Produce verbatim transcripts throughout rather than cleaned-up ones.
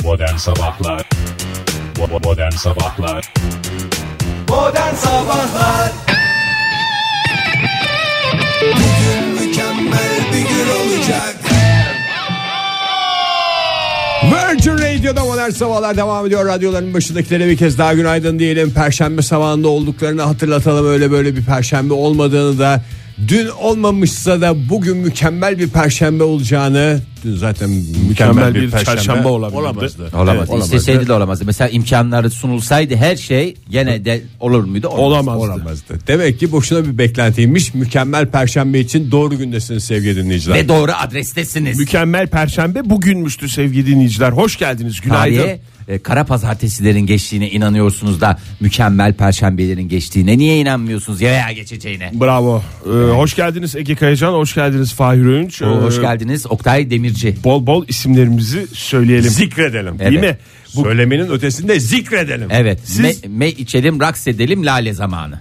Modern Sabahlar Modern Sabahlar Modern Sabahlar Bugün mükemmel bir gün olacak. Virgin Radio'da Modern Sabahlar devam ediyor. Radyoların başındakilere bir kez daha günaydın diyelim. Perşembe sabahında olduklarını hatırlatalım. Öyle böyle bir perşembe olmadığını da, dün olmamışsa da bugün mükemmel bir perşembe olacağını, dün zaten mükemmel, mükemmel bir, bir çarşamba olamazdı. Olamazdı. Olamaz. Evet, İsteseydi de olamazdı. Mesela imkanları sunulsaydı her şey gene de olur muydu? Olamazdı. Olamazdı. Olamazdı. Demek ki boşuna bir beklentiymiş. Mükemmel perşembe için doğru gündesiniz sevgili dinleyiciler. Ve doğru adrestesiniz. Mükemmel perşembe bugünmüştü sevgili dinleyiciler. Hoş geldiniz. Günaydın. Tarihe, e, kara pazartesilerin geçtiğine inanıyorsunuz da mükemmel perşembelerin geçtiğine niye inanmıyorsunuz ya veya geçeceğine? Bravo. Ee, hoş geldiniz Ege Kayacan, hoş geldiniz Fahir Öğünç. Ee, hoş geldiniz Oktay Demirci. Bol bol isimlerimizi söyleyelim. Zikredelim. Değil Evet. mi? Bu... Söylemenin ötesinde zikredelim. Evet. Siz... Me, me içelim, raks edelim, lale zamanı.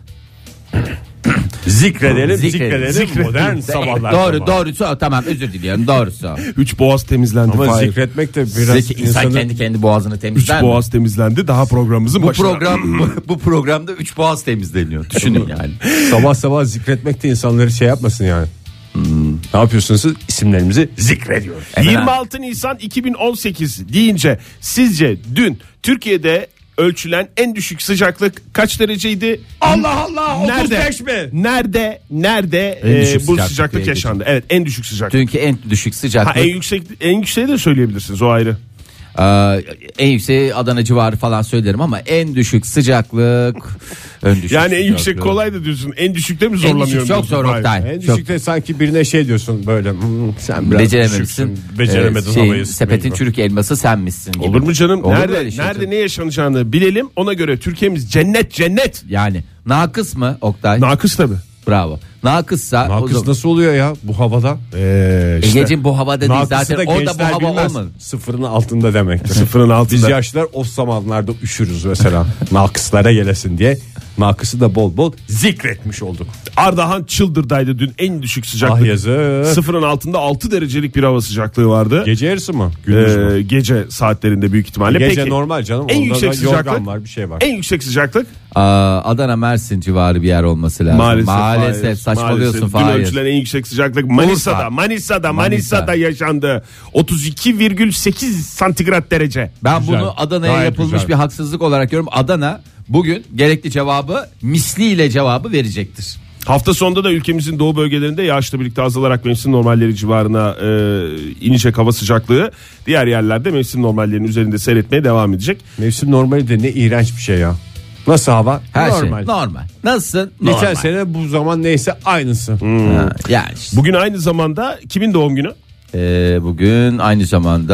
Zikredelim, Zikredelim, zikredelim, modern sabahlar. Doğru, sabahı. doğrusu tamam, özür diliyorum, doğrusu. Üç boğaz temizlendi. Ama Fahir. zikretmek de biraz Zeki, insan insanı... kendi kendi boğazını temizler Üç mi? boğaz temizlendi. Daha programımızın Bu başına. program bu, bu programda üç boğaz temizleniyor. Düşünün yani. Sabah sabah zikretmek de insanları şey yapmasın yani. Hmm. Ne yapıyorsunuz siz? İsimlerimizi zikrediyoruz. yirmi altı Nisan iki bin on sekiz deyince sizce dün Türkiye'de ölçülen en düşük sıcaklık kaç dereceydi? Allah Allah, otuz beş nerede, mi? Nerede nerede En düşük e, bu sıcaklık sıcaklık diye yaşandı? Evet, en düşük sıcaklık. Dünkü en düşük Ha, sıcaklık. en yüksek en yükseği de söyleyebilirsiniz, o ayrı. Aa, en yükseği Adana civarı falan söylerim ama en düşük sıcaklık en düşük Yani en sıcaklık. yüksek kolay da diyorsun. En düşükte mi En zorlanıyorum? düşük çok diyorsun? zor Hayır. Oktay. En Çok düşükte sanki birine şey diyorsun böyle, hmm, sen biraz becerememişsin. düşüksün, beceremedin Ee, şeyin, havayı. sepetin çürük elması sen misin gibi. Olur mu canım? Olur nerede böyle şey nerede canım. ne yaşanacağını bilelim. Ona göre Türkiye'miz cennet cennet. Yani nakıs mı Oktay? Nakıs tabii. Bravo. Nakıssa o Nakıs zaman- nasıl oluyor ya bu havada? Ee, işte. Egeciğim bu havada değil Nakısı zaten, da orada bu gençler hava bilmez. olmadı. Sıfırın altında demektir. Sıfırın altında. Biz yaşlılar o zamanlarda üşürüz mesela. Nakıslara gelesin diye. Nakısı da bol bol zikretmiş olduk. Ardahan Çıldır'daydı dün en düşük sıcaklık. Ah yazık. Sıfırın altında altı derecelik bir hava sıcaklığı vardı. Gece yarısı mı? Gündüz Ee, mü? gece saatlerinde büyük ihtimalle. Gece Peki, normal canım. En Onda yüksek da sıcaklık yorgan var, bir şey var. En yüksek sıcaklık Aa, Adana Mersin civarı bir yer olması lazım. maalesef. Maalesef Fahir, saçmalıyorsun maalesef. Dün Fahir. ölçülen en yüksek sıcaklık Manisa'da, Urfa. Manisa'da, Manisa. Manisa'da yaşandı. otuz iki virgül sekiz santigrat derece. Ben Güzel. bunu Adana'ya Gayet yapılmış güzel. bir haksızlık olarak görüyorum. Adana bugün gerekli cevabı misliyle cevabı verecektir. Hafta sonunda da ülkemizin doğu bölgelerinde yağışla birlikte azalarak mevsim normalleri civarına e, inecek hava sıcaklığı. Diğer yerlerde mevsim normallerinin üzerinde seyretmeye devam edecek. Mevsim normali de ne iğrenç bir şey ya. Nasıl hava? Her normal. şey normal. Nasılsın? Geçen Normal. sene bu zaman neyse aynısı. Ha, yani işte. Bugün aynı zamanda kimin doğum günü? Ee, bugün aynı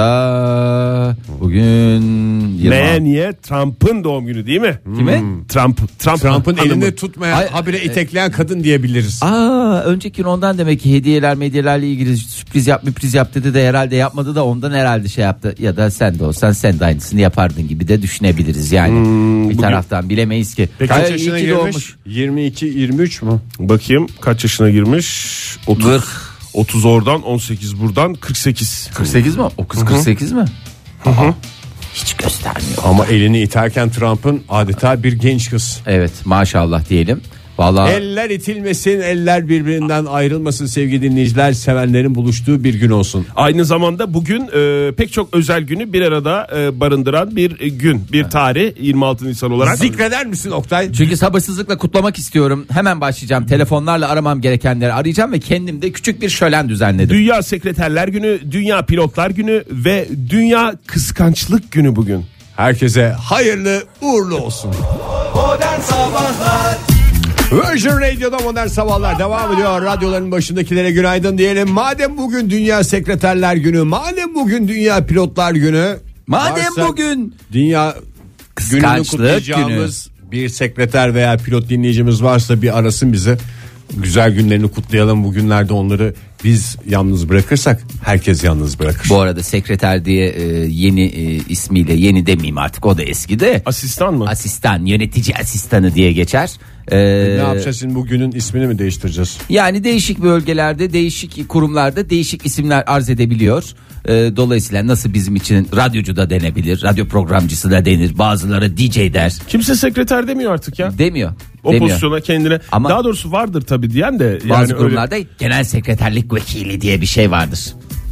zamanda bugün yirmi altı. Melania Trump'ın doğum günü değil mi? Kimin? Trump. Trump Trump'ın hanımı. elini tutmayan, Ay- habire itekleyen kadın diyebiliriz. Aa, önceki ondan demek ki hediyeler medyelerle ilgili sürpriz yap sürpriz yap dedi de herhalde yapmadı da ondan herhalde şey yaptı. Ya da sen de olsan sen de aynısını yapardın gibi de düşünebiliriz yani. Hmm, bir bugün- taraftan bilemeyiz ki. Peki Ay, kaç iyi yaşına ki girmiş? doğmuş. yirmi iki yirmi üç mü? Bakayım kaç yaşına girmiş? otuz. Kırk. otuz oradan, on sekiz buradan, kırk sekiz. kırk sekiz mi? O kız kırk sekiz mi? Aa, hiç göstermiyor. Ama elini iterken Trump'ın adeta bir genç kız. Evet, maşallah diyelim. Vallahi Eller itilmesin, eller birbirinden ayrılmasın sevgili dinleyiciler. Sevenlerin buluştuğu bir gün olsun. Aynı zamanda bugün e, pek çok özel günü bir arada e, barındıran bir e, gün, bir tarih yirmi altı Nisan olarak. Zikreder misin Oktay? çünkü sabırsızlıkla kutlamak istiyorum. Hemen başlayacağım. Telefonlarla aramam gerekenleri arayacağım ve kendim de küçük bir şölen düzenledim. Dünya Sekreterler Günü, Dünya Pilotlar Günü ve Dünya Kıskançlık Günü bugün. Herkese hayırlı uğurlu olsun. Modern Sabahlar Virgin Radio'da Modern Sabahlar devam ediyor. Radyoların başındakilere günaydın diyelim. Madem bugün Dünya Sekreterler Günü, madem bugün Dünya Pilotlar Günü, Madem varsa bugün Dünya gününü Kıskançlık kutlayacağımız bir sekreter veya pilot dinleyicimiz varsa bir arasın bize. Güzel günlerini kutlayalım, bugünlerde onları biz yalnız bırakırsak herkes yalnız bırakır. Bu arada sekreter diye e, yeni e, ismiyle, yeni demeyeyim artık, o da eski de. Asistan mı? Asistan, yönetici asistanı diye geçer. Ee, Ne yapacağız şimdi, bugünün ismini mi değiştireceğiz? Yani değişik bölgelerde, değişik kurumlarda değişik isimler arz edebiliyor. Ee, dolayısıyla nasıl bizim için radyocu da denebilir, radyo programcısı da denir, bazıları D J der. Kimse sekreter demiyor artık ya. Demiyor. O demiyor. pozisyona kendine. Ama daha doğrusu vardır tabii diyen de. Bazı yani kurumlarda öyle... genel sekreterlik vekili diye bir şey vardır.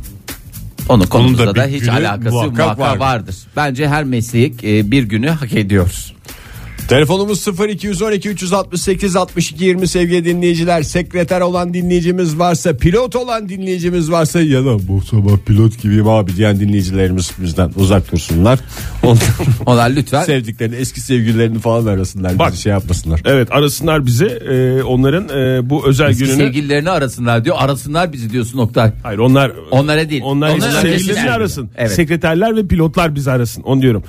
Onun konumuzda da, bir hiç günü alakası muhakkak muhakkak vardır. vardır. Bence her meslek e, bir günü hak ediyor. Telefonumuz sıfır iki on iki üç altı sekiz altmış iki yirmi sevgili dinleyiciler. Sekreter olan dinleyicimiz varsa, pilot olan dinleyicimiz varsa ya da bu sabah pilot gibiyim abi diyen dinleyicilerimiz bizden uzak dursunlar. Onlar, Onlar lütfen sevdiklerini, eski sevgililerini falan arasınlar. Bak. Bizi şey yapmasınlar. Evet, arasınlar bizi, e, onların e, bu özel eski gününü. sevgililerini arasınlar diyor. Arasınlar bizi diyorsun Oktay. Hayır, onlar Onlara değil. Onlar Onların sevgililerini öncesiler. arasın. Evet. Sekreterler ve pilotlar bizi arasın. Onu diyorum.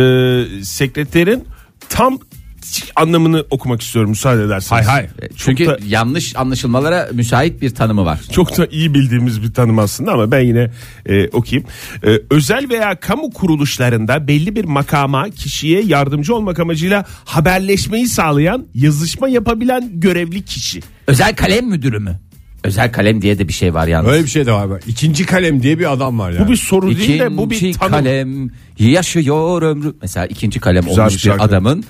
Ee, sekreterin tam anlamını okumak istiyorum, müsaade ederseniz. Hay hay. Çünkü da- yanlış anlaşılmalara müsait bir tanımı var. Çok da iyi bildiğimiz bir tanım aslında ama ben yine e, okuyayım. E, özel veya kamu kuruluşlarında belli bir makama, kişiye yardımcı olmak amacıyla haberleşmeyi sağlayan, yazışma yapabilen görevli kişi. Özel kalem müdürü mü? Özel kalem diye de bir şey var yalnız. Öyle bir şey de var. Bak. İkinci kalem diye bir adam var yani. Bu bir soru değil de bu bir İkinci tanım. kalem yaşıyor ömrü. Mesela ikinci kalem Güzel olmuş bir bir şarkı. adamın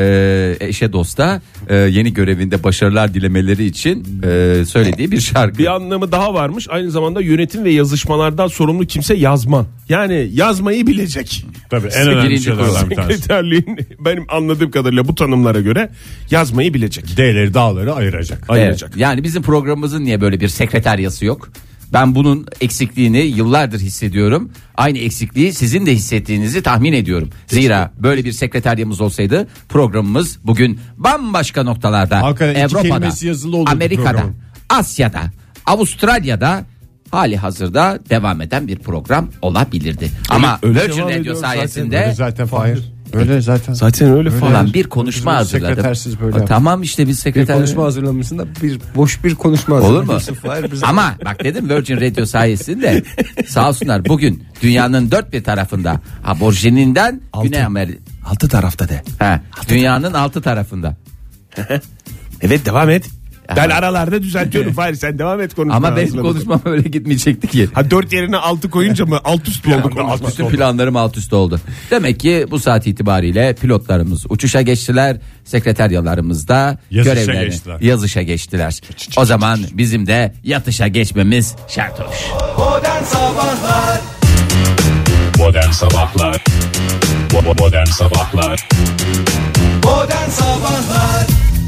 e, eşe dosta e, yeni görevinde başarılar dilemeleri için e, söylediği bir şarkı. Bir anlamı daha varmış. Aynı zamanda yönetim ve yazışmalardan sorumlu kimse yazman. Yani yazmayı bilecek. Tabii en önemli Birinci şeylerden bir tanesi. Sekreterliğin benim anladığım kadarıyla bu tanımlara göre yazmayı bilecek. D'leri dağları ayıracak. Ayıracak. Evet, yani bizim programımızın niye böyle bir sekreteryası yok? Ben bunun eksikliğini yıllardır hissediyorum. Aynı eksikliği sizin de hissettiğinizi tahmin ediyorum. Zira böyle bir sekreteryamız olsaydı programımız bugün bambaşka noktalarda. Hakikaten iki Avrupa'da, kelimesi yazılı olurdu Amerika'da, programın. Asya'da, Avustralya'da hali hazırda devam eden bir program olabilirdi. Ama öyle Virgin devam Radio ediyor zaten. sayesinde Öyle zaten Fahir. Öyle zaten. Zaten öyle falan bir konuşma Biz hazırladım. sekretersiz böyle Ha, yaptık. tamam işte biz Bir sekreter. konuşma hazırlamışsın da bir boş bir konuşma Olur mu? hazırlamışsın. Fahir, bize- Ama bak dedim Virgin Radio sayesinde sağ olsunlar bugün dünyanın dört bir tarafında aborjininden Güney Amerika. Altı tarafta de. Ha, dünyanın altı tarafında. Evet, devam et. Ben aralarda düzeltiyorum. Fahir, sen devam et konuşmaya. Ama benim hazırlamadın. konuşmam öyle gitmeyecekti ki. Ha, dört yerine altı koyunca mı alt üst mü oldu konuşma? Bütün planlarım alt üst oldu. Demek ki bu saat itibariyle pilotlarımız uçuşa geçtiler. Sekreteryalarımız da Yazışa görevlerine geçtiler. yazışa geçtiler. O zaman bizim de yatışa geçmemiz şart olur. Modern Sabahlar Modern Sabahlar Bo- Modern Sabahlar Modern Sabahlar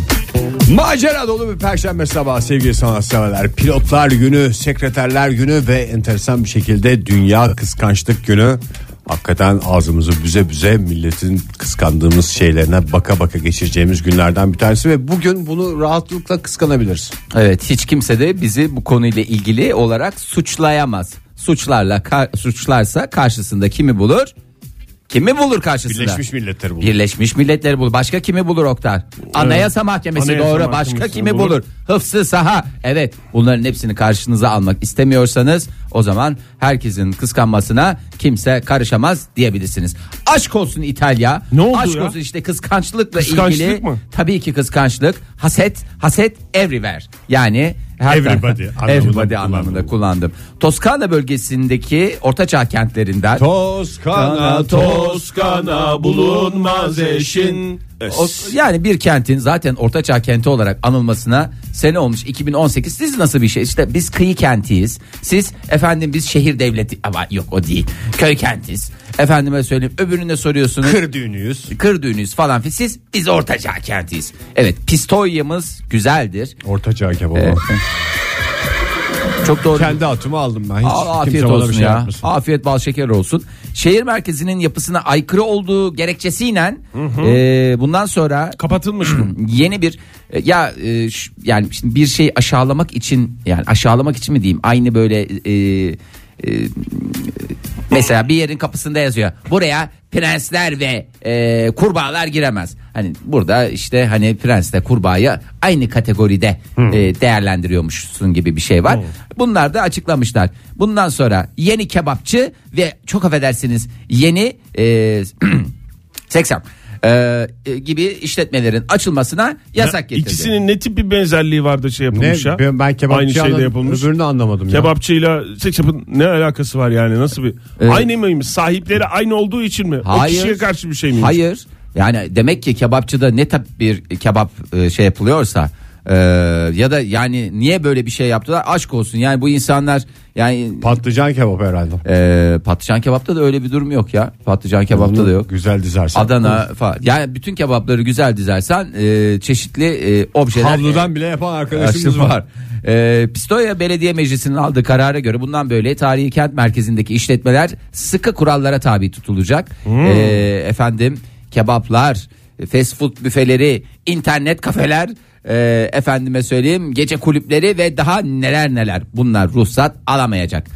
Macera dolu bir perşembe sabahı sevgili sanatseverler. Pilotlar günü, sekreterler günü ve enteresan bir şekilde dünya kıskançlık günü. Hakikaten ağzımızı büze büze milletin kıskandığımız şeylerine baka baka geçireceğimiz günlerden bir tanesi ve bugün bunu rahatlıkla kıskanabiliriz. Evet, hiç kimse de bizi bu konuyla ilgili olarak suçlayamaz. Suçlarla ka- suçlarsa karşısında kimi bulur? Kimi bulur karşısında? Birleşmiş Milletler bulur. Birleşmiş Milletleri bulur. Başka kimi bulur Oktar? Anayasa Mahkemesi Anayasa doğru. Mahkemesi Başka kimi bulur. bulur? Hıfzı saha. Evet, bunların hepsini karşınıza almak istemiyorsanız o zaman herkesin kıskanmasına kimse karışamaz diyebilirsiniz. Aşk olsun İtalya. Ne oldu Aşk ya? olsun işte kıskançlıkla Kıskançlık ilgili. mı? Tabii ki kıskançlık. Haset, haset everywhere. Yani her Everybody taraf- anlamında everybody kullandım. anlamında kullandım. Toskana bölgesindeki ortaçağ kentlerinden Toskana, Toskana bulunmaz eşin. O- yani bir kentin zaten ortaçağ kenti olarak anılmasına sene olmuş iki bin on sekiz. Siz nasıl bir şey? İşte biz kıyı kentiyiz. Siz efendim biz şehir devleti ama yok o değil. Köy kentiyiz. Efendime söyleyeyim öbürüne soruyorsunuz. Kır düğünüyüz. Kır düğünüyüz falan filan. Siz biz ortaçağ kentiyiz. Evet, Pistoia'mız güzeldir. Ortaçağ kebabı. Ee, Çok doğru. Kendi atımı aldım ben. Hiç Aa, afiyet kimse bana bir olsun şey ya. yapmasın. Afiyet bal şeker olsun. Şehir merkezinin yapısına aykırı olduğu gerekçesiyle e, bundan sonra Kapatılmış mı? yeni bir e, ya e, ş- yani şimdi bir şey aşağılamak için yani aşağılamak için mi diyeyim aynı böyle e, e, mesela bir yerin kapısında yazıyor buraya prensler ve e, kurbağalar giremez. Hani burada işte hani prensle kurbağayı aynı kategoride Hmm. e, değerlendiriyormuşsun gibi bir şey var. Bunlar da açıklamışlar. Bundan sonra yeni kebapçı ve çok affedersiniz yeni e, seksen e, gibi işletmelerin açılmasına yasak getirdi. İkisinin ne tip bir benzerliği vardı şey yapılmış Ne? ya? Ben, ben Aynı şeyde kebapçı yapılmış. öbürünü anlamadım ya. Kebapçıyla seksapın ne alakası var yani, nasıl bir Evet. aynı mıymış, sahipleri aynı olduğu için mi, o kişiye karşı bir şey miymiş? Hayır. Yani demek ki kebapçıda ne tip bir kebap e, şey yapılıyorsa e, ya da yani niye böyle bir şey yaptılar, aşk olsun. Yani bu insanlar yani Patlıcan kebap herhalde. e, patlıcan kebapta da öyle bir durum yok ya. Patlıcan kebapta da yok. Güzel dizersen. Adana falan. Yani bütün kebapları güzel dizersen e, çeşitli e, objeler. Havludan bile yapan arkadaşımız Arkadaşım var. var. Ee, Pistoia Belediye Meclisi'nin aldığı karara göre bundan böyle tarihi kent merkezindeki işletmeler sıkı kurallara tabi tutulacak. Hmm. Ee, efendim kebaplar, fast food büfeleri, internet kafeler, e, efendime söyleyeyim gece kulüpleri ve daha neler neler, bunlar ruhsat alamayacak.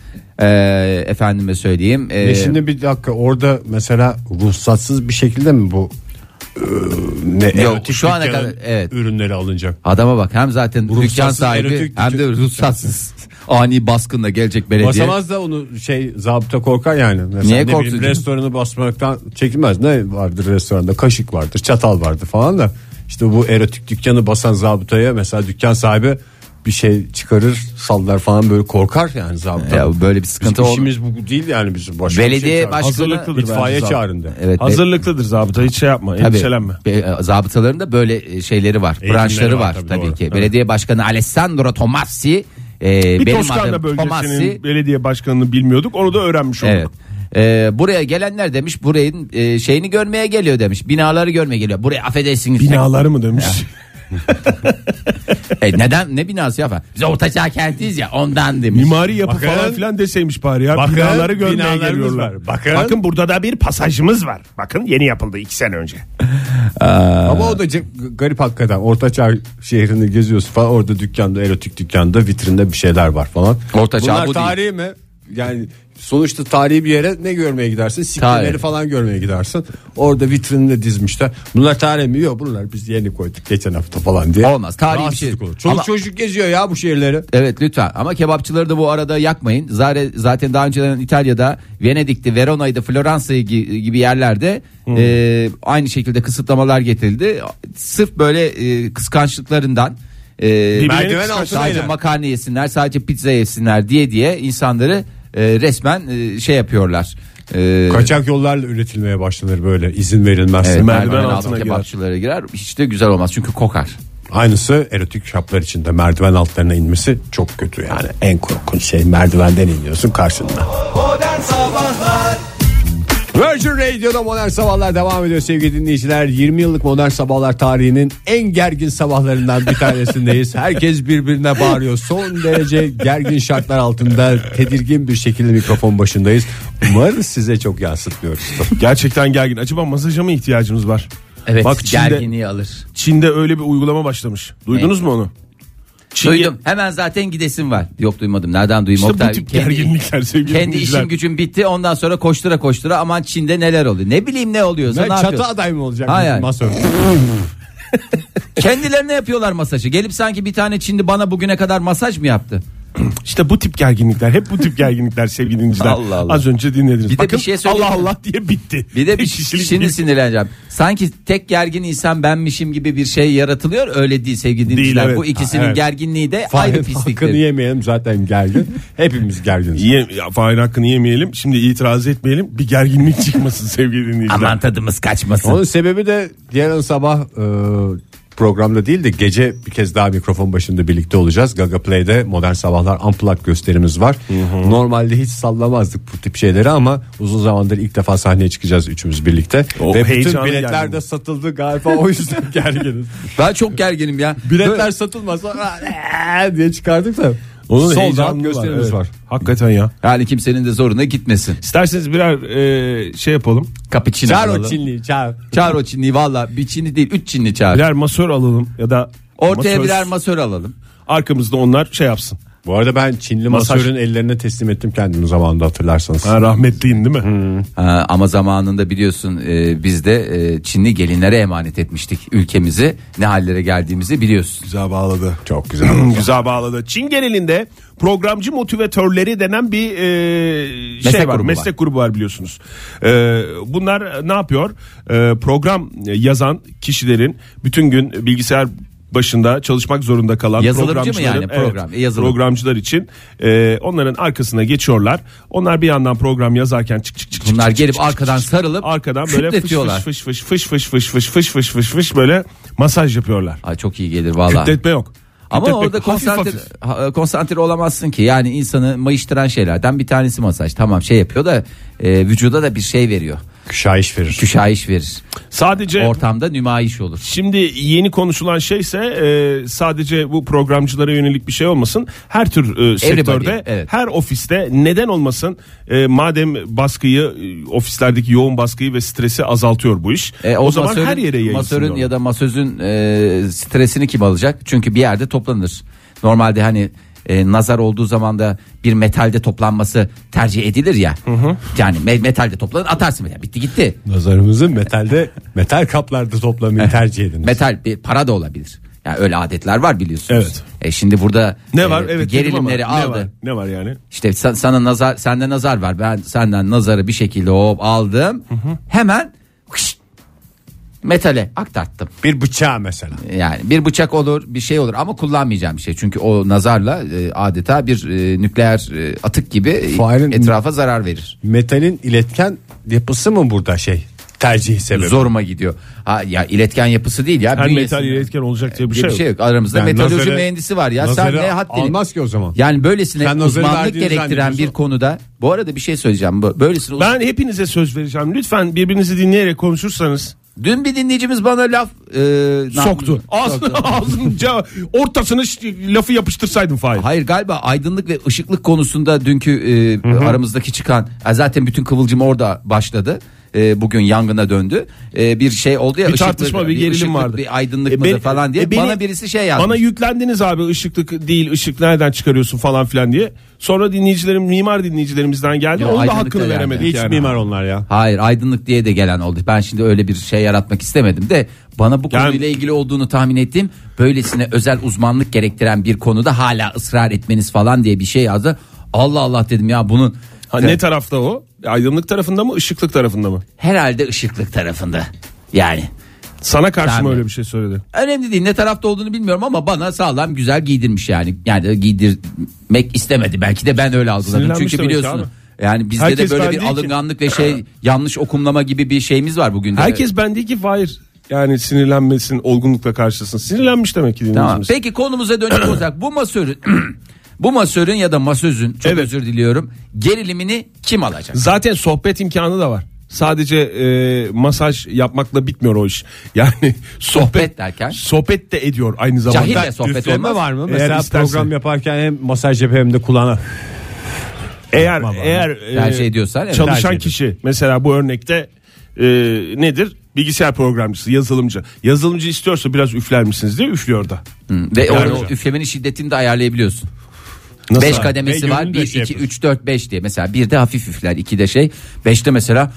Ee, efendime söyleyeyim. E, E şimdi bir dakika, orada mesela ruhsatsız bir şekilde mi bu e, ne erotik şu ana dükkanın kadar, evet. ürünleri alınacak? Adama bak, hem zaten Ruhsatsız dükkan sahibi erotik hem de dükkan- ruhsatsız ani baskınla gelecek belediye. Basamaz da onu şey, zabıta korkar yani. Mesela Niye ne bileyim, korksun canım? restoranı basmaktan çekinmez. Ne vardır restoranda? Kaşık vardır, çatal vardır falan da. İşte bu erotik dükkanı basan zabıtaya mesela dükkan sahibi bir şey çıkarır, sallar falan, böyle korkar yani zabıta. Ya böyle bir sıkıntı Bizim oldu. işimiz bu değil yani, bizim başka Belediye bir şey çağırın. başkanı- Hazırlıklıdır İtfaiye bence zabıta. çağırın de. Evet, Hazırlıklıdır zabıta, hiç şey yapma, Tabii, endişelenme. be- zabıtaların da böyle şeyleri var, Eğitimleri branşları var var, tabii, tabii, doğru. ki. Evet. Belediye Başkanı Alessandro Tomassi, e, Bir benim Toskana adım bölgesinin Tomassi. belediye başkanını bilmiyorduk, onu da öğrenmiş olduk. Evet. E, buraya gelenler demiş, burayın e, şeyini görmeye geliyor demiş, binaları görmeye geliyor. Buraya affedersiniz. Binaları mı demiş. E, neden, ne binası ya falan. Biz ortaçağ kentiyiz ya, ondan demiş. Mimari yapı Bakın- falan filan deseymiş bari ya. Bakın, Binaları görmeye binalarımız geliyorlar. var. Bakın. Bakın burada da bir pasajımız var. Bakın yeni yapıldı iki sene önce. Ama o da c- garip hakikaten. Ortaçağ şehrini geziyorsun falan, orada dükkanda, erotik dükkanda, vitrinde bir şeyler var falan. Ortaçağ Bunlar bu değil. tarihi mi? Yani sonuçta tarihi bir yere ne görmeye gidersin? Sikkeleri Tarih. falan görmeye gidersin. Orada vitrininde dizmişler. Bunlar tarihi mi? Yok, bunlar biz yeni koyduk geçen hafta falan diye. Olmaz, tarihi bir şey. Rahatsızlık olur. Çoluk Ama- çocuk geziyor ya bu şehirleri. Evet lütfen, ama kebapçıları da bu arada yakmayın. Zaten zaten daha önceden İtalya'da, Venedik'ti, Verona'ydı, Floransa'yı gi- gibi yerlerde e, aynı şekilde kısıtlamalar getirildi. Sırf böyle e, kıskançlıklarından e, Merdiven kıskanç- altına sadece iner. makarna yesinler, sadece pizza yesinler diye diye insanları e, resmen e, şey yapıyorlar. E, Kaçak yollarla üretilmeye başlanır böyle, izin verilmezse. evet, merdiven merdiven altına altı girer. kebapçılara girer. Hiç de güzel olmaz çünkü kokar. Aynısı erotik şaplar içinde merdiven altlarına inmesi çok kötü yani. En korkunç şey, merdivenden iniyorsun karşında. Modern Sabahlar Virgin Radio'da Modern Sabahlar devam ediyor sevgili dinleyiciler. yirmi yıllık Modern Sabahlar tarihinin en gergin sabahlarından bir tanesindeyiz. Herkes birbirine bağırıyor. Son derece gergin şartlar altında tedirgin bir şekilde mikrofon başındayız. Umarız size çok yansıtmıyoruzdur. Gerçekten gergin. Acaba masaja mı ihtiyacımız var? Evet, Bak Çin'de, gerginliği alır. Çin'de öyle bir uygulama başlamış. Duydunuz Ne? mu onu? Çin- Duydum. Hemen zaten gidesim var. Yok, duymadım. Nereden duyayım? İşte bu Oktay? tip gerginlikler sevgili Kendi dinleyiciler. işim gücüm bitti. Ondan sonra koştura koştura aman Çin'de neler oluyor? Ne bileyim ne oluyorsa, Ben ne çatı yapıyor? aday mı olacak? Hayır, hayır. Masör. Kendilerine yapıyorlar masajı. Gelip sanki bir tane Çinli bana bugüne kadar masaj mı yaptı? İşte bu tip gerginlikler, hep bu tip gerginlikler sevgili dinleyiciler. Allah Allah. Az önce dinlediniz. Bir de Bakın bir şey söyleyeyim Allah mi? Allah diye bitti. Bir de bir Tek kişilik şimdi bir- sinirleneceğim. Sanki tek gergin insan benmişim gibi bir şey yaratılıyor. Öyle değil sevgili dinleyiciler. evet. Bu ikisinin Ha, evet. gerginliği de ayrı Fahir hakkını pisliktir. yemeyelim, zaten gergin. Hepimiz gerginiz. Ye, ya, Fahir hakkını yemeyelim. Şimdi itiraz etmeyelim. Bir gerginlik çıkmasın sevgili dinleyiciler. Aman tadımız kaçmasın. Onun sebebi de yarın sabah e, programda değil de gece bir kez daha mikrofon başında birlikte olacağız. Gaga Play'de Modern Sabahlar Unplugged gösterimiz var. Normalde hiç sallamazdık bu tip şeyleri ama uzun zamandır ilk defa sahneye çıkacağız üçümüz birlikte. O Ve bütün heyecanı biletler gergin. de satıldı galiba, o yüzden gerginiz. Ben çok gerginim ya. Biletler satılmasa "Aa!" diye çıkardık da. Onun Soldan heyecanı gösterimiz evet. var. Hakikaten ya. Yani kimsenin de zoruna gitmesin. İsterseniz birer e, şey yapalım. Cappuccino Çağır alalım. o Çinliyi, çağır. Çağır o Çinliyi, valla bir Çinli değil, üç Çinli çağır. Birer masör alalım ya da Ortaya masöz. birer masör alalım. Arkamızda onlar şey yapsın. Bu arada ben Çinli Masaj. masörün ellerine teslim ettim kendimi zamanında, hatırlarsanız. Ha, rahmetliyin değil mi? Hmm. Ha, ama zamanında biliyorsun e, biz de e, Çinli gelinlere emanet etmiştik ülkemizi. Ne hallere geldiğimizi biliyorsun. Güzel bağladı. Çok güzel. Güzel bağladı. Çin genelinde programcı motivatörleri denen bir e, şey Meslek var. grubu Meslek var. grubu var biliyorsunuz. E, bunlar ne yapıyor? E, program yazan kişilerin bütün gün bilgisayar başında çalışmak zorunda kalan Yazılımcı mı programcıların, yani program? evet, E, yazılım. programcılar için e, onların arkasına geçiyorlar. Onlar bir yandan program yazarken çık çık çık çık Bunlar çık gelip çık çık arkadan çık, sarılıp arkadan böyle fış kütletiyorlar. fış fış fış fış fış fış fış fış fış fış böyle masaj yapıyorlar. Ay çok iyi gelir vallahi. Kütletme yok. Ama Kütletme orada hafif konsantre, hafif. ha- konsantre olamazsın ki. Yani insanı mayıştıran şeylerden bir tanesi masaj. Tamam şey yapıyor da e, vücuda da bir şey veriyor. Küşayiş verir. Küşayiş verir. Sadece Ortamda nümayiş olur. şimdi yeni konuşulan şeyse e, sadece bu programcılara yönelik bir şey olmasın. Her tür e, sektörde, evet. her ofiste neden olmasın? E, madem baskıyı, e, ofislerdeki yoğun baskıyı ve stresi azaltıyor bu iş. E, o, zaman masörün- her yere yayılsın. Masörün diyorlar. ya da masözün e, stresini kim alacak? Çünkü bir yerde toplanır. Normalde hani e, nazar olduğu zaman da bir metalde toplanması tercih edilir ya. Yani me- metalde toplanır, atarsın metal. Bitti gitti. Nazarımızı metalde, metal kaplarda toplamayı tercih edin. Metal bir para da olabilir. Yani öyle adetler var biliyorsunuz. Evet. E şimdi burada Ne var? e, Evet. gerilimleri dedim ama aldı. Ne var? Ne var yani? İşte sa- sana nazar, sende nazar var. Ben senden nazarı bir şekilde hop aldım. Hemen hış, metale aktarttım. Bir bıçağı mesela. Yani bir bıçak olur, bir şey olur ama kullanmayacağım bir şey. Çünkü o nazarla e, adeta bir e, nükleer e, atık gibi Fahir'in- etrafa zarar verir. Metalin iletken yapısı mı burada şey? Tercih sebebi. Zoruma gidiyor. Ha ya iletken yapısı değil ya. Her bünyesinde- metal iletken olacak diye bir diye şey, bir şey yok. yok. Aramızda Yani metalurji nazarı- mühendisi var ya. Sen Nazarı ne haddini? almaz ki o zaman. Yani böylesine Sen nazarı uzmanlık verdiğini gerektiren bir zannediyorsun. konuda. Bu arada bir şey söyleyeceğim. Bu- Böylesine uz- Ben hepinize söz vereceğim. Lütfen birbirinizi dinleyerek konuşursanız. Dün bir dinleyicimiz bana laf e, Soktu. na- Ağzını ağzınca ortasını ş- lafı yapıştırsaydın Fahir. Hayır galiba aydınlık ve ışıklık konusunda dünkü e, aramızdaki çıkan e, zaten bütün kıvılcım orada başladı. E, bugün yangına döndü. E, bir şey oldu ya Bir ışıklık, tartışma, bir gerilim ışıklık, vardı. bir aydınlık E, mıdır beni- falan diye e, beni- bana birisi şey yazmış. Bana yüklendiniz abi, ışıklık değil, ışık nereden çıkarıyorsun falan filan diye. Sonra dinleyicilerim, mimar dinleyicilerimizden geldi. Yo, Onun da aydınlık hakkını da yani. veremedik Hiç yani. mimar onlar ya. Hayır aydınlık diye de gelen oldu. Ben şimdi öyle bir şey yaratmak istemedim de bana bu Yani- konuyla ilgili olduğunu tahmin ettim. Böylesine özel uzmanlık gerektiren bir konuda hala ısrar etmeniz falan diye bir şey yazdı. Allah Allah dedim ya bunun Ha, ne tarafta o? Aydınlık tarafında mı, ışıklık tarafında mı? herhalde ışıklık tarafında. Yani Sana karşı mı Tabii. öyle bir şey söyledi? önemli değil ne tarafta olduğunu bilmiyorum ama bana sağlam güzel giydirmiş yani. Yani giydirmek istemedi. Belki de ben öyle algıladım. Sinirlenmiş Çünkü demek ki biliyorsun. abi. Yani bizde Herkes de böyle ben bir değil ki. alınganlık ve şey yanlış okumlama gibi bir şeyimiz var bugün de. Herkes ben değil ki Fahir. Yani sinirlenmesin, olgunlukla karşılasın. Sinirlenmiş demek ki Tamam. dinleyicimiz. Peki konumuza dönecek olacak. Bu masörün bu masörün ya da masözün çok Evet. özür diliyorum. Gerilimini kim alacak? Zaten sohbet imkanı da var. Sadece e, masaj yapmakla bitmiyor o iş. Yani sohbet, Sohbet derken? sohbet de ediyor aynı zamanda. Cahille sohbet Üfleme olmaz. var mı? Eğer Mesela istersen. program yaparken hem masaj yapıyor hem de kulağına. Eğer Baba. eğer e, Tercih ediyorsan evet. çalışan Tercih kişi mesela bu örnekte e, nedir? Bilgisayar programcısı, yazılımcı. Yazılımcı istiyorsa biraz üfler misiniz diye üflüyor da. Hı. Ve Yani o hocam. üflemenin şiddetini de ayarlayabiliyorsun. Nasıl? beş kademesi Ve var. yönünü de bir şey iki yapıyorsun. üç dört beş diye. Mesela birde hafif üfler, ikide şey, beşte mesela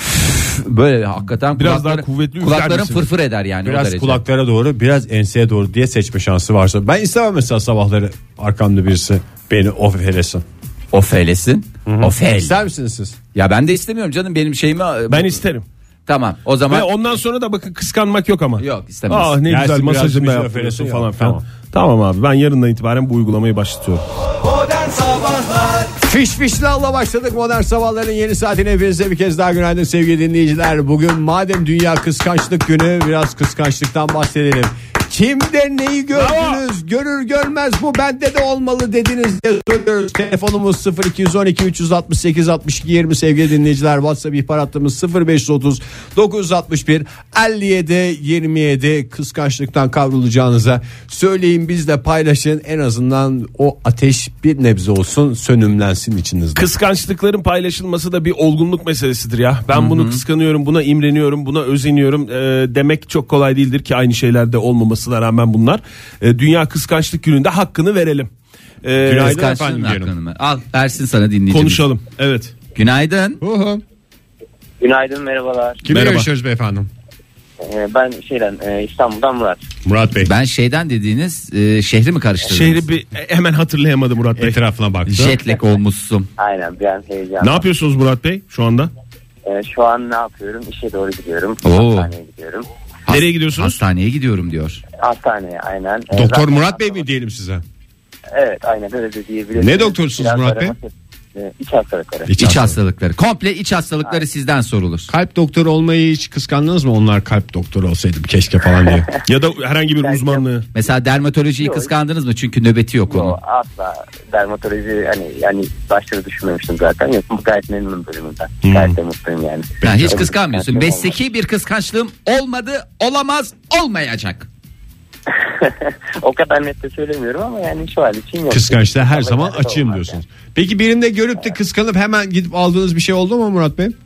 böyle hakikaten Biraz daha kulakları- kuvvetli üfler kulakların misiniz? fırfır eder yani o Biraz derece. kulaklara doğru, biraz enseye doğru diye seçme şansı varsa. Ben istemem mesela sabahları arkamda birisi beni of eylesin. Ofelesin. Ofel. İster misiniz siz? Ya ben de istemiyorum canım benim şeyimi. Ben isterim. Tamam o zaman. Ve ondan sonra da bakın kıskanmak yok ama. Yok, istemez. Ah ne Gelsin güzel biraz masajını da bizi yapıyorsun öfelesin falan ya. filan. Tamam. Tamam abi, ben yarından itibaren bu uygulamayı başlatıyorum. Modern Sabahlar Fiş fişli Allah başladık. Modern Sabahların yeni saatine hepinize bir kez daha günaydın sevgili dinleyiciler. Bugün madem Dünya Kıskançlık Günü, biraz kıskançlıktan bahsedelim. Kimde neyi gördünüz? Görür görmez bu bende de olmalı dediniz diye soruyoruz. Telefonumuz sıfır iki on iki üç altı sekiz altmış iki yirmi sevgili dinleyiciler. WhatsApp ihbar hattımız sıfır beş otuz dokuz altmış bir elli yedi yirmi yedi. Kıskançlıktan kavrulacağınıza söyleyin, biz de paylaşın. En azından o ateş bir nebze olsun sönümlensin içinizde. Kıskançlıkların paylaşılması da bir olgunluk meselesidir ya. Ben Hı-hı. bunu kıskanıyorum, buna imreniyorum, buna özeniyorum e, demek çok kolay değildir ki aynı şeylerde olmamasına rağmen bunlar. E, Dünya Kıskançlık Günü'nde hakkını verelim. Ee, Günaydın Kıskançlığın efendim diyelim. hakkını mı? Al versin sana dinleyicimiz. konuşalım. Evet. Günaydın. Uhu. Günaydın, merhabalar. Kimle Merhaba. görüşüyoruz beyefendi? Ee, ben şeyden e, İstanbul'dan Murat. Murat Bey. Ben şeyden dediğiniz e, şehri mi karıştırdınız? Şehri bir hemen hatırlayamadı Murat Bey. Etrafına baktı. Jetlag olmuşsun. Aynen, bir an heyecan. Ne yapıyorsunuz Murat Bey şu anda? Ee, şu an ne yapıyorum? İşe doğru gidiyorum. Oo. Hastaneye gidiyorum. Has- Nereye gidiyorsunuz? Hastaneye gidiyorum diyor. Hastaneye aynen. Ee, Doktor zaten- Murat Bey mi diyelim size? Evet, aynen öyle de diyebiliriz. Ne doktorsunuz Biraz Murat Bey? aramak- e, İç hastalıkları. İç İç hastalığı. hastalıkları. Komple iç hastalıkları sizden sorulur. Kalp doktoru olmayı hiç kıskandınız mı? Onlar kalp doktoru olsaydım keşke falan diye. Ya da herhangi bir Belki- uzmanlığı. Mesela dermatolojiyi Yok. kıskandınız mı? Çünkü nöbeti yok Yo, onun. asla dermatoloji hani yani başta düşünmemiştim zaten. Yok, bu gayet memnunum bölümünden. Hmm. Gayet de mutluyum yani. Yani hiç Öyle kıskanmıyorsun. bir kıskançlığım Mesleki bir kıskançlığım olmadı, olamaz, olmayacak. O kadar net de söylemiyorum ama yani şu an için yok. Kıskançlığa her Ama zaman yani açığım olmaz diyorsunuz. Peki birinde görüp de kıskanıp hemen gidip aldığınız bir şey oldu mu Murat Bey?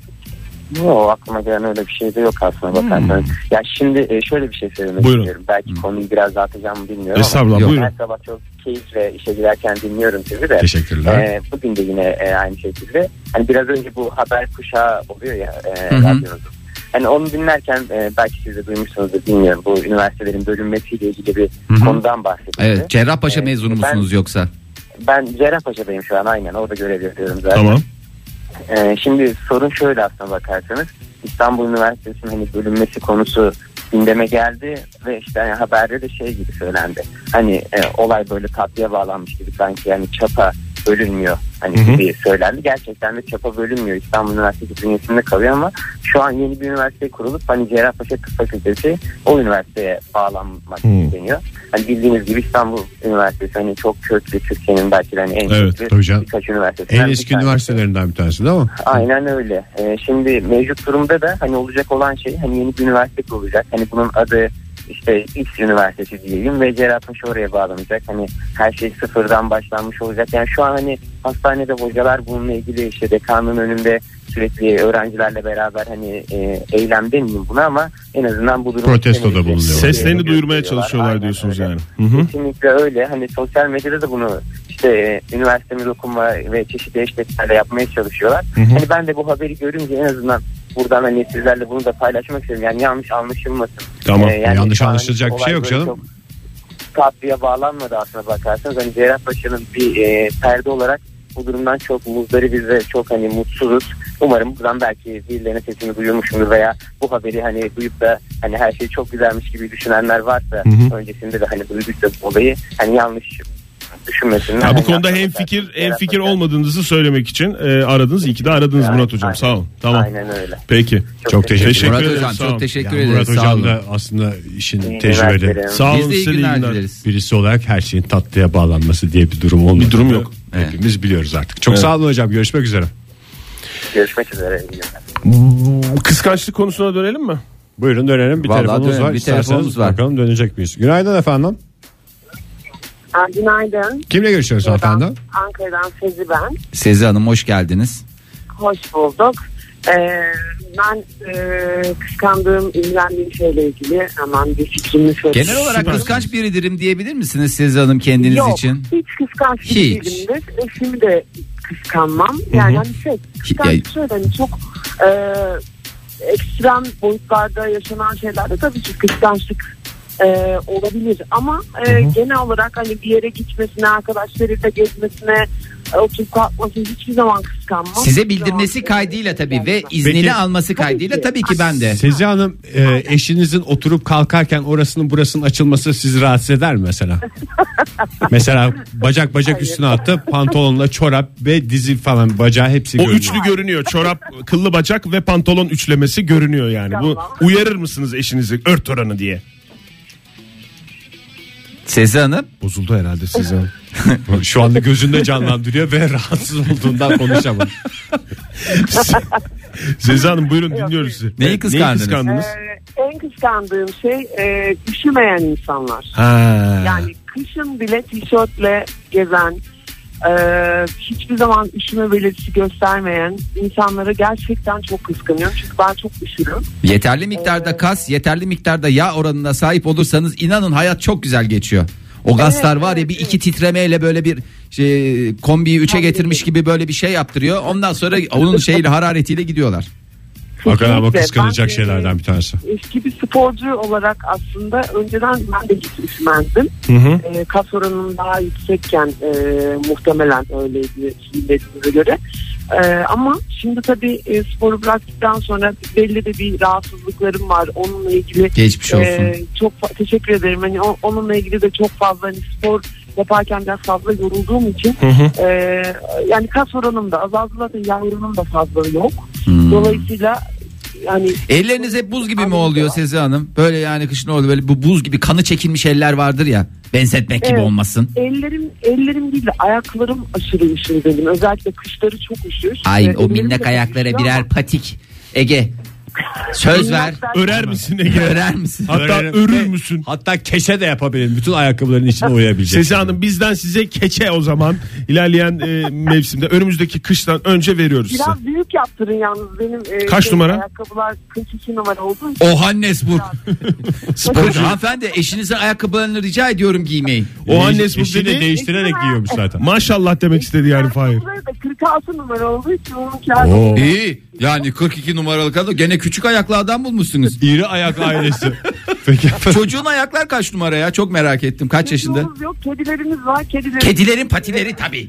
yani. Yok, aklıma gelen öyle bir şey de yok aslında bakarsanız. Ya şimdi e, şöyle bir şey söylemek Buyurun. istiyorum. Belki konuyu biraz dağıtacağım mı bilmiyorum Estağfurullah, ama buyurun. her sabah çok keyifle işe giderken dinliyorum sizi de. Teşekkürler. E, bugün de yine e, aynı şekilde. Hani biraz önce bu haber kuşağı oluyor ya e, Hı hı. radyonuzda. Hani onu dinlerken e, belki siz de duymuşsunuzdur bilmiyorum. Bu üniversitelerin bölünmesiyle ilgili bir konudan bahsedildi. Evet, Cerrahpaşa E, mezunu ben- musunuz yoksa? Ben Cerrahpaşa'dayım şu an, aynen orada görev yapıyorum zaten. Tamam. Ee, şimdi sorun şöyle aslına bakarsanız, İstanbul Üniversitesi'nin hani bölünmesi konusu gündeme geldi ve işte hani haberde de şey gibi söylendi. Hani e, olay böyle tatlıya bağlanmış gibi, sanki yani çapa bölünmüyor hani Hı hı. gibi söylendi. Gerçekten de çapa bölünmüyor. İstanbul Üniversitesi bünyesinde kalıyor ama şu an yeni bir üniversite kurulup hani Cerrahpaşa Tıp Fakültesi o üniversiteye bağlanmak Hı. isteniyor. Hani bildiğiniz gibi İstanbul Üniversitesi hani çok köklü, Türkiye'nin belki de hani en Evet, köklü tabii canım. birkaç üniversitesinden En bir eski tanesi. üniversitelerinden bir tanesi değil mi? Aynen öyle. Ee, şimdi mevcut durumda da hani olacak olan şey, hani yeni bir üniversite kurulacak. Hani bunun adı işte X Üniversitesi diyelim ve Cerrahpaşa oraya bağlanacak. Hani her şey sıfırdan başlanmış olacak. Yani şu an hani hastanede hocalar bununla ilgili işte dekanın önünde sürekli öğrencilerle beraber hani e, eylem demeyeyim buna ama en azından bu durumu Protestoda istemedikleri- bulunuyorlar. Seslerini Gösteriyorlar. duyurmaya çalışıyorlar Aynen diyorsunuz öyle. yani. Hı hı. Kesinlikle öyle. Hani sosyal medyada da bunu işte e, üniversiteme dokunma ve çeşitli hashtaglerle yapmaya çalışıyorlar. Hı hı. Hani ben de bu haberi görünce en azından buradan hani sizlerle bunu da paylaşmak istiyorum. Yani yanlış anlaşılmasın. Tamam. Ee, yani Yanlış şu an anlaşılacak hani bir şey yok olay böyle canım. çok tatlıya bağlanmadı aslına bakarsanız. Hani Cerrahpaşa'nın bir e, perde olarak bu durumdan çok muzdaribiz ve çok hani mutsuzuz. Umarım buradan belki birilerine sesini duyurmuşumdur veya bu haberi hani duyup da hani her şey çok güzelmiş gibi düşünenler varsa Hı hı. öncesinde de hani duyduysa bu olayı hani yanlış düşünmesinler. Ya bu Hani konuda aslına hem fikir bakarsanız hem fikir Cerrahpaşa- olmadığınızı söylemek için e, aradınız. İyi ki de aradınız Aynen, Murat hocam. aynen. Sağ olun. Tamam. Aynen öyle. Peki. Çok teşekkür Teşekkür Murat ederim. Hocam sağ çok olun. teşekkür Yani ederiz. Murat Sağ Hocam olun. da aslında işin İyi tecrübeli günler Sağ olun Biz de iyi size de iyi günler günler. dileriz. birisi olarak her şeyin tatlıya bağlanması diye bir durum olmadı. Bir durum yok. Hepimiz biliyoruz artık. Çok Evet. sağ olun hocam. Görüşmek üzere. Görüşmek üzere. İyi günler. Kıskançlık konusuna dönelim mi? Buyurun dönelim. Bir Vallahi telefonumuz dönelim, var. bir İsterseniz telefonumuz var. bakalım dönecek miyiz? Günaydın efendim. Aa, günaydın. Kimle görüşüyoruz Ankara'dan, efendim? Ankara'dan Sezi ben. Sezi Hanım hoş geldiniz. Hoş bulduk. Ee, ben e, kıskandığım, ilgilendiğim şeyle ilgili hemen bir fikrimi söyleyeyim. Genel olarak Süper. kıskanç biridirim diyebilir misiniz Sezi Hanım kendiniz Yok, için? hiç kıskanç Hiç. bir değilimdir. Eşimi de kıskanmam. Yani hani şey, Ya- kıskanç şöyle hani çok e, ekstrem boyutlarda yaşanan şeylerde tabii ki kıskançlık e, olabilir. Ama e, genel olarak hani bir yere gitmesine, arkadaşlarıyla gezmesine, e, oturup kalkmasını hiçbir zaman kıskanmam. Size Hiçbir bildirmesi zaman- kaydıyla tabii ve iznini Peki- alması kaydıyla ki. tabii ki ben de. Sezi Hanım e, eşinizin oturup kalkarken orasının burasının açılması sizi rahatsız eder mi mesela? Mesela bacak bacak Hayır. üstüne attı, pantolonla çorap ve dizi falan bacağı hepsi O görünüyor. üçlü görünüyor. Çorap, kıllı bacak ve pantolon üçlemesi görünüyor yani. Bu Tamam. uyarır mısınız eşinizi ört oranı diye? Sezi Hanım Bozuldu herhalde sizin. Şu anda gözünde canlandırıyor ve rahatsız olduğundan konuşamadı. Sezi Hanım buyurun dinliyoruz sizi. Neyi kıskandınız? kıskandınız? Ee, en kıskandığım şey e, üşümeyen insanlar. Ha. Yani kışın bile tişörtle gezen, e, hiçbir zaman üşüme belirtisi göstermeyen insanları gerçekten çok kıskanıyorum. Çünkü ben çok üşürüm. yeterli miktarda kas, yeterli miktarda yağ oranına sahip olursanız inanın hayat çok güzel geçiyor. O gazlar Evet, var ya evet, bir iki evet. titremeyle böyle bir şey, kombiyi üçe getirmiş gibi böyle bir şey yaptırıyor. Ondan sonra onun şeyle hararetiyle gidiyorlar. Hakikaten ama Kesinlikle. kıskanacak Ben, şeylerden e, bir tanesi. Eski bir sporcu olarak aslında önceden ben de gitmişmendim. E, kas oranım daha yüksekken e, muhtemelen öyleydi dediğinize göre. E, ama şimdi tabii e, sporu bıraktıktan sonra belli de bir rahatsızlıklarım var. Onunla ilgili Geçmiş olsun. e, çok fa- teşekkür ederim. Hani o- onunla ilgili de çok fazla hani spor yaparken biraz fazla yorulduğum için e, yani kas oranım da azaldı, zaten yağ oranım da fazla yok. Hmm. Dolayısıyla yani Elleriniz hep buz gibi mi oluyor Sezen Hanım? Böyle yani kışın oldu böyle bu buz gibi kanı çekilmiş eller vardır ya. Benzetmek gibi Evet. olmasın. Ellerim ellerim değil de ayaklarım aşırı üşür benim. Özellikle kışları çok üşür. Ay Ee, o ellerim minnak de ayaklara üşüyor birer ama patik. Ege söz ver. minnak Örer misin Ege? Örer misin? Hatta Örerim. örür Ve müsün? Hatta keşe de yapabilirim. Bütün ayakkabıların içine uyabilecek. Sezen Hanım bizden size keçe o zaman ilerleyen e, mevsimde önümüzdeki kıştan önce veriyoruz size. Biraz büyük yaptırın yalnız benim. e, Kaç şey, numara? Ayakkabılar kırk iki numara olduğu için. Ohannesburg. Sporcu hanımefendi eşinizin ayakkabılarını rica ediyorum giymeyi. O annesi bu Eşi de dedi. değiştirerek giyiyormuş zaten. Maşallah demek istedi yani Fahir. Ayakkabıları da kırk altı numara olduğu için onunkiler Oo. İyi yani kırk iki numaralı kadın gene küçük ayaklı adam bulmuşsunuz. İri ayak ailesi. Peki. Çocuğun ayaklar kaç numara ya çok merak ettim kaç yaşında? Çocuğumuz yok, kedilerimiz var. Kedilerimiz Kedilerin patileri tabii.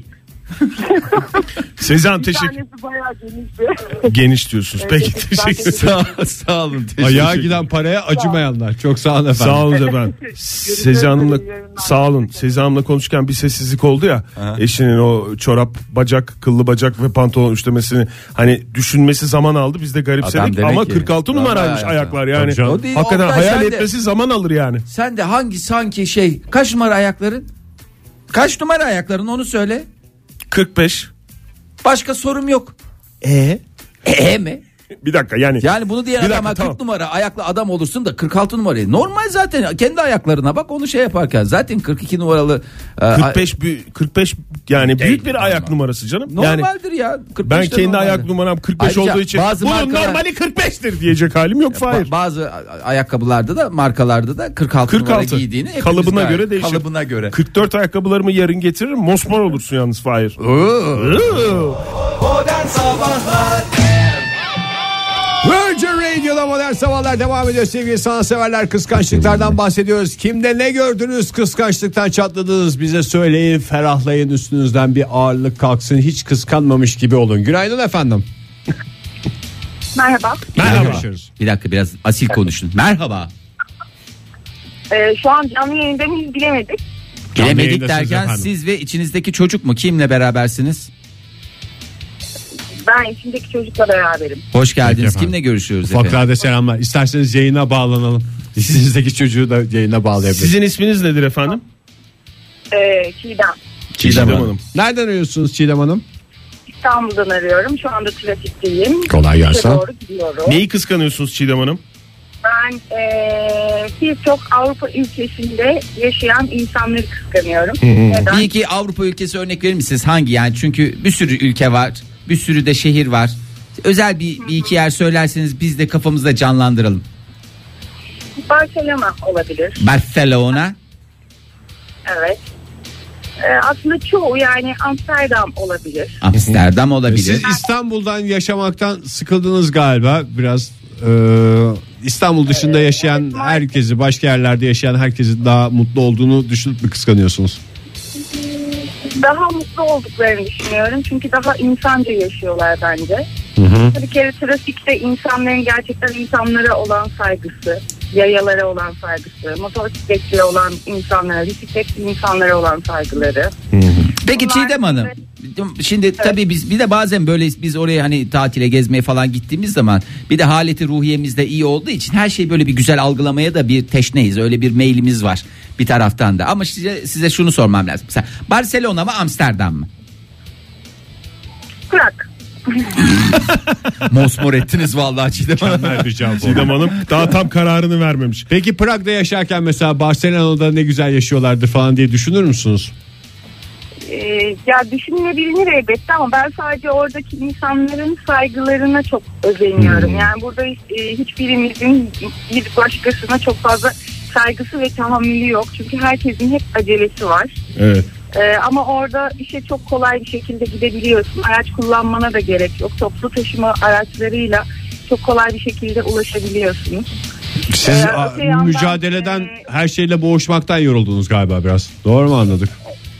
Sezen bir teşekkür. tanesi bayağı genişti. Geniş diyorsunuz. Peki Evet, ben teşekkür Sağ, sağ olun. Ayağa giden paraya acımayanlar. Çok sağ olun efendim. Sağ olun efendim. Sezen Hanım'la sağ olun. Sezen Hanım'la konuşurken bir sessizlik oldu ya. Eşinin o çorap, bacak, kıllı bacak ve pantolon üçlemesini hani düşünmesi zaman aldı. Biz de Adam garipsedik demek ama ki- kırk altı numaraymış Vallahi ayaklar Tabii yani. canım. O değil, Hakikaten Oktay, hayal sen de- etmesi zaman alır yani. Sen de hangi sanki şey kaç numara ayakların? Kaç numara ayakların onu söyle. kırk beş. Başka sorum yok. E E mi? bir dakika yani. Yani bunu diyen Bir dakika, adama tamam. kırk numara ayaklı adam olursun da kırk altı numarayı. Normal zaten kendi ayaklarına bak onu şey yaparken zaten kırk iki numaralı e, kırk beş bü- kırk beş yani büyük bir ayak ama. numarası canım. Yani normaldir ya. kırk ben beş de kendi normaldir. ayak numaram kırk beş Ayrıca olduğu için bazı bunun markalar- normali kırk beştir diyecek halim yok. Hayır. Ba- bazı ayakkabılarda da markalarda da kırk altı, kırk numara altı giydiğini hepimiz kalıbına gayet- göre değişir. Kalıbına göre. kırk dört ayakkabılarımı yarın getiririm. Mosmor olursun yalnız Fahir. Modern Sabahlar Virgin Radio'da Modern Sabahlar devam ediyor sevgili sanatseverler. Kıskançlıklardan bahsediyoruz. Kimde ne gördünüz, kıskançlıktan çatladınız, bize söyleyin, ferahlayın, üstünüzden bir ağırlık kalksın, hiç kıskanmamış gibi olun. Günaydın efendim. Merhaba. Merhaba. Görüşürüz. Bir dakika biraz asil konuşun. Merhaba. Ee, şu an canlı yayında mıyız bilemedik. Bilemedik yayındasınız derken efendim. siz ve içinizdeki çocuk mu? Kimle berabersiniz? Ben içindeki çocukla beraberim. Hoş geldiniz. efendim. Kimle görüşüyoruz efendim? Ufaklarda selamlar. İsterseniz yayına bağlanalım. Sizdeki çocuğu da yayına bağlayabiliriz. Sizin isminiz nedir efendim? Ee, Çiğdem. Çiğdem Hanım. Nereden arıyorsunuz Çiğdem Hanım? İstanbul'dan arıyorum. Şu anda trafikteyim. Kolay gelsin. İşe doğru gidiyorum. Neyi kıskanıyorsunuz Çiğdem Hanım? Ben ee, birçok Avrupa ülkesinde yaşayan insanları kıskanıyorum. Neden? Bir iki Avrupa ülkesi örnek verir misiniz? Hangi yani? Çünkü bir sürü ülke var. Bir sürü de şehir var. Özel bir, bir iki yer söylerseniz biz de kafamızda canlandıralım. Barcelona olabilir. Barcelona. Evet. Ee, aslında çoğu yani Amsterdam olabilir. Amsterdam olabilir. Siz İstanbul'dan yaşamaktan sıkıldınız galiba biraz. e, İstanbul dışında yaşayan herkesi, başka yerlerde yaşayan herkesin daha mutlu olduğunu düşünüp mü kıskanıyorsunuz? Daha mutlu olduklarını düşünüyorum. Çünkü daha insanca yaşıyorlar bence. Bir kere trafikte insanların gerçekten insanlara olan saygısı, yayalara olan saygısı, motosikletlere olan insanlara, bisikletli insanlara olan saygıları. Peki Bunlar Çiğdem Hanım. Şimdi tabii biz bir de bazen böyle biz oraya hani tatile gezmeye falan gittiğimiz zaman bir de haleti ruhiyemiz de iyi olduğu için her şeyi böyle bir güzel algılamaya da bir teşneyiz. Öyle bir meylimiz var bir taraftan da. Ama size, size şunu sormam lazım. Mesela Barcelona mı Amsterdam mı? Bırak. Mosmor ettiniz vallahi Çiğdem Hanım. Mükemmel bir cevap oldu. Çiğdem Hanım daha tam kararını vermemiş. Peki Prag'da yaşarken mesela Barcelona'da ne güzel yaşıyorlardır falan diye düşünür müsünüz? Ee, ya düşünülebilir elbette ama ben sadece oradaki insanların saygılarına çok özeniyorum. Yani burada e, hiçbirimizin bir başkasına çok fazla saygısı ve tahammülü yok. Çünkü herkesin hep acelesi var. Evet. Ee, ama orada işe çok kolay bir şekilde gidebiliyorsun. Araç kullanmana da gerek yok. Toplu taşıma araçlarıyla çok kolay bir şekilde ulaşabiliyorsunuz. Siz Ee, a, öte yandan, mücadeleden e, her şeyle boğuşmaktan yoruldunuz galiba biraz. Doğru mu anladık?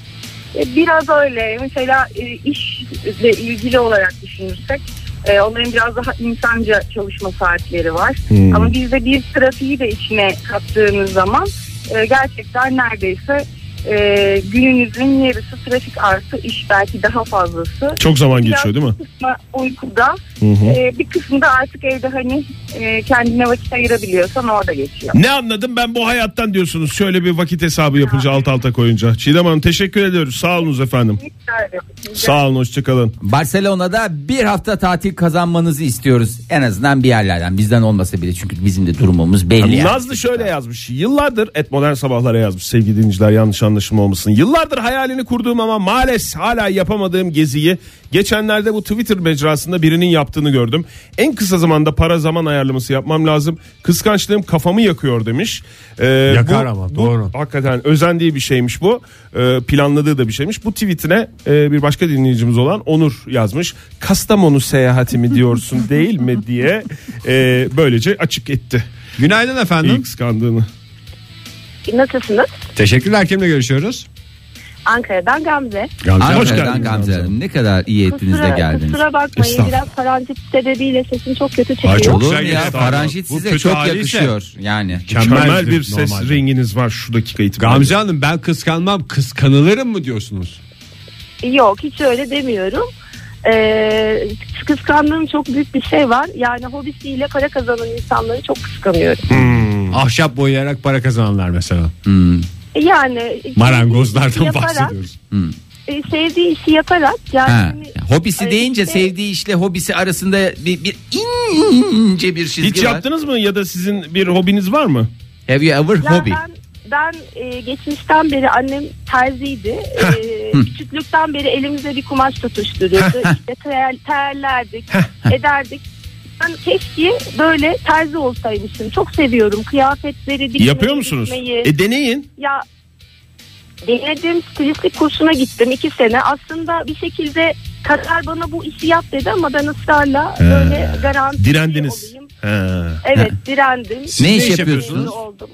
Biraz öyle. Mesela e, işle ilgili olarak düşünürsek e, onların biraz daha insanca çalışma saatleri var. Hmm. Ama bizde bir trafiği de içine kattığınız zaman e, gerçekten neredeyse e, gününüzün yarısı trafik artı iş, belki daha fazlası. Çok zaman Biraz geçiyor değil mi? Bir kısmı uykuda, Hı hı. e, bir kısmı da artık evde hani e, kendine vakit ayırabiliyorsan orada geçiyor. Ne anladım ben bu hayattan diyorsunuz. Şöyle bir vakit hesabı yapınca alt alta koyunca. Çiğdem Hanım teşekkür ediyoruz. Sağ olunuz efendim. Sağ olun, hoşçakalın. Barcelona'da bir hafta tatil kazanmanızı istiyoruz. En azından bir yerlerden, bizden olmasa bile, çünkü bizim de durumumuz belli. Yani. Nazlı şöyle yazmış. Yıllardır et modern sabahlara yazmış sevgili dinleyiciler, yanlış anlaşılma olmasın. Yıllardır hayalini kurduğum ama maalesef hala yapamadığım geziyi geçenlerde bu Twitter mecrasında birinin yaptığını gördüm. En kısa zamanda para zaman ayarlaması yapmam lazım. Kıskançlığım kafamı yakıyor demiş. Ee, Yakar bu, ama, bu doğru. Hakikaten özendiği bir şeymiş bu. Ee, planladığı da bir şeymiş. Bu tweetine e, bir başka dinleyicimiz olan Onur yazmış. Kastamonu seyahati mi diyorsun değil mi diye e, böylece açık etti. Günaydın efendim. İyi kıskandığını. Nasılsınız? Teşekkürler. Kimle görüşüyoruz? Ankara'dan Gamze. Gamze. Hoş Ankara'dan geldiniz Gamze Gamze. Hanım, ne kadar iyi ettiniz de Kusura, geldiniz. kusura bakmayın, Estağfurullah. biraz parantit sebebiyle sesim çok kötü çıkıyor. Ay, çok Olur mu güzel ya, geçti faranjit Bu size kötü çok haliyse yakışıyor yani. Mükemmel bir ses normalde. renginiz var şu dakika itibariyle. Gamze Hanım, ben kıskanmam, kıskanılırım mı diyorsunuz? Yok, hiç öyle demiyorum. Ee, kıskandığım çok büyük bir şey var. Yani hobisiyle para kazanan insanları çok kıskanıyorum. Hmm. Ahşap boyayarak para kazananlar mesela. Hmm. Yani Marangozlardan yaparak, bahsediyoruz. Hmm. e, sevdiği işi yaparak yani Ha. hani- Hobisi Ay, deyince işte- sevdiği işle hobisi arasında bir, bir ince bir çizgi Hiç var. yaptınız mı ya da sizin bir hobiniz var mı? Have you ever Ya hobby? ben ben e, geçmişten beri annem terziydi. E, küçüklükten beri elimize bir kumaş tutuştururdu. işte ter, terlerdik, ederdik. Ben keşke böyle terzi olsaymışım. Çok seviyorum kıyafetleri, dikmeyi, Yapıyor musunuz? dikmeyi. E deneyin. Ya denedim, stilistlik kursuna gittim iki sene. Aslında bir şekilde kader bana bu işi yap dedi ama ben ısrarla He. böyle garanti Direndiniz. olayım. Ha. Evet, direndim. Siz Ne ne iş iş yapıyorsunuz? yapıyorsunuz? Oldum.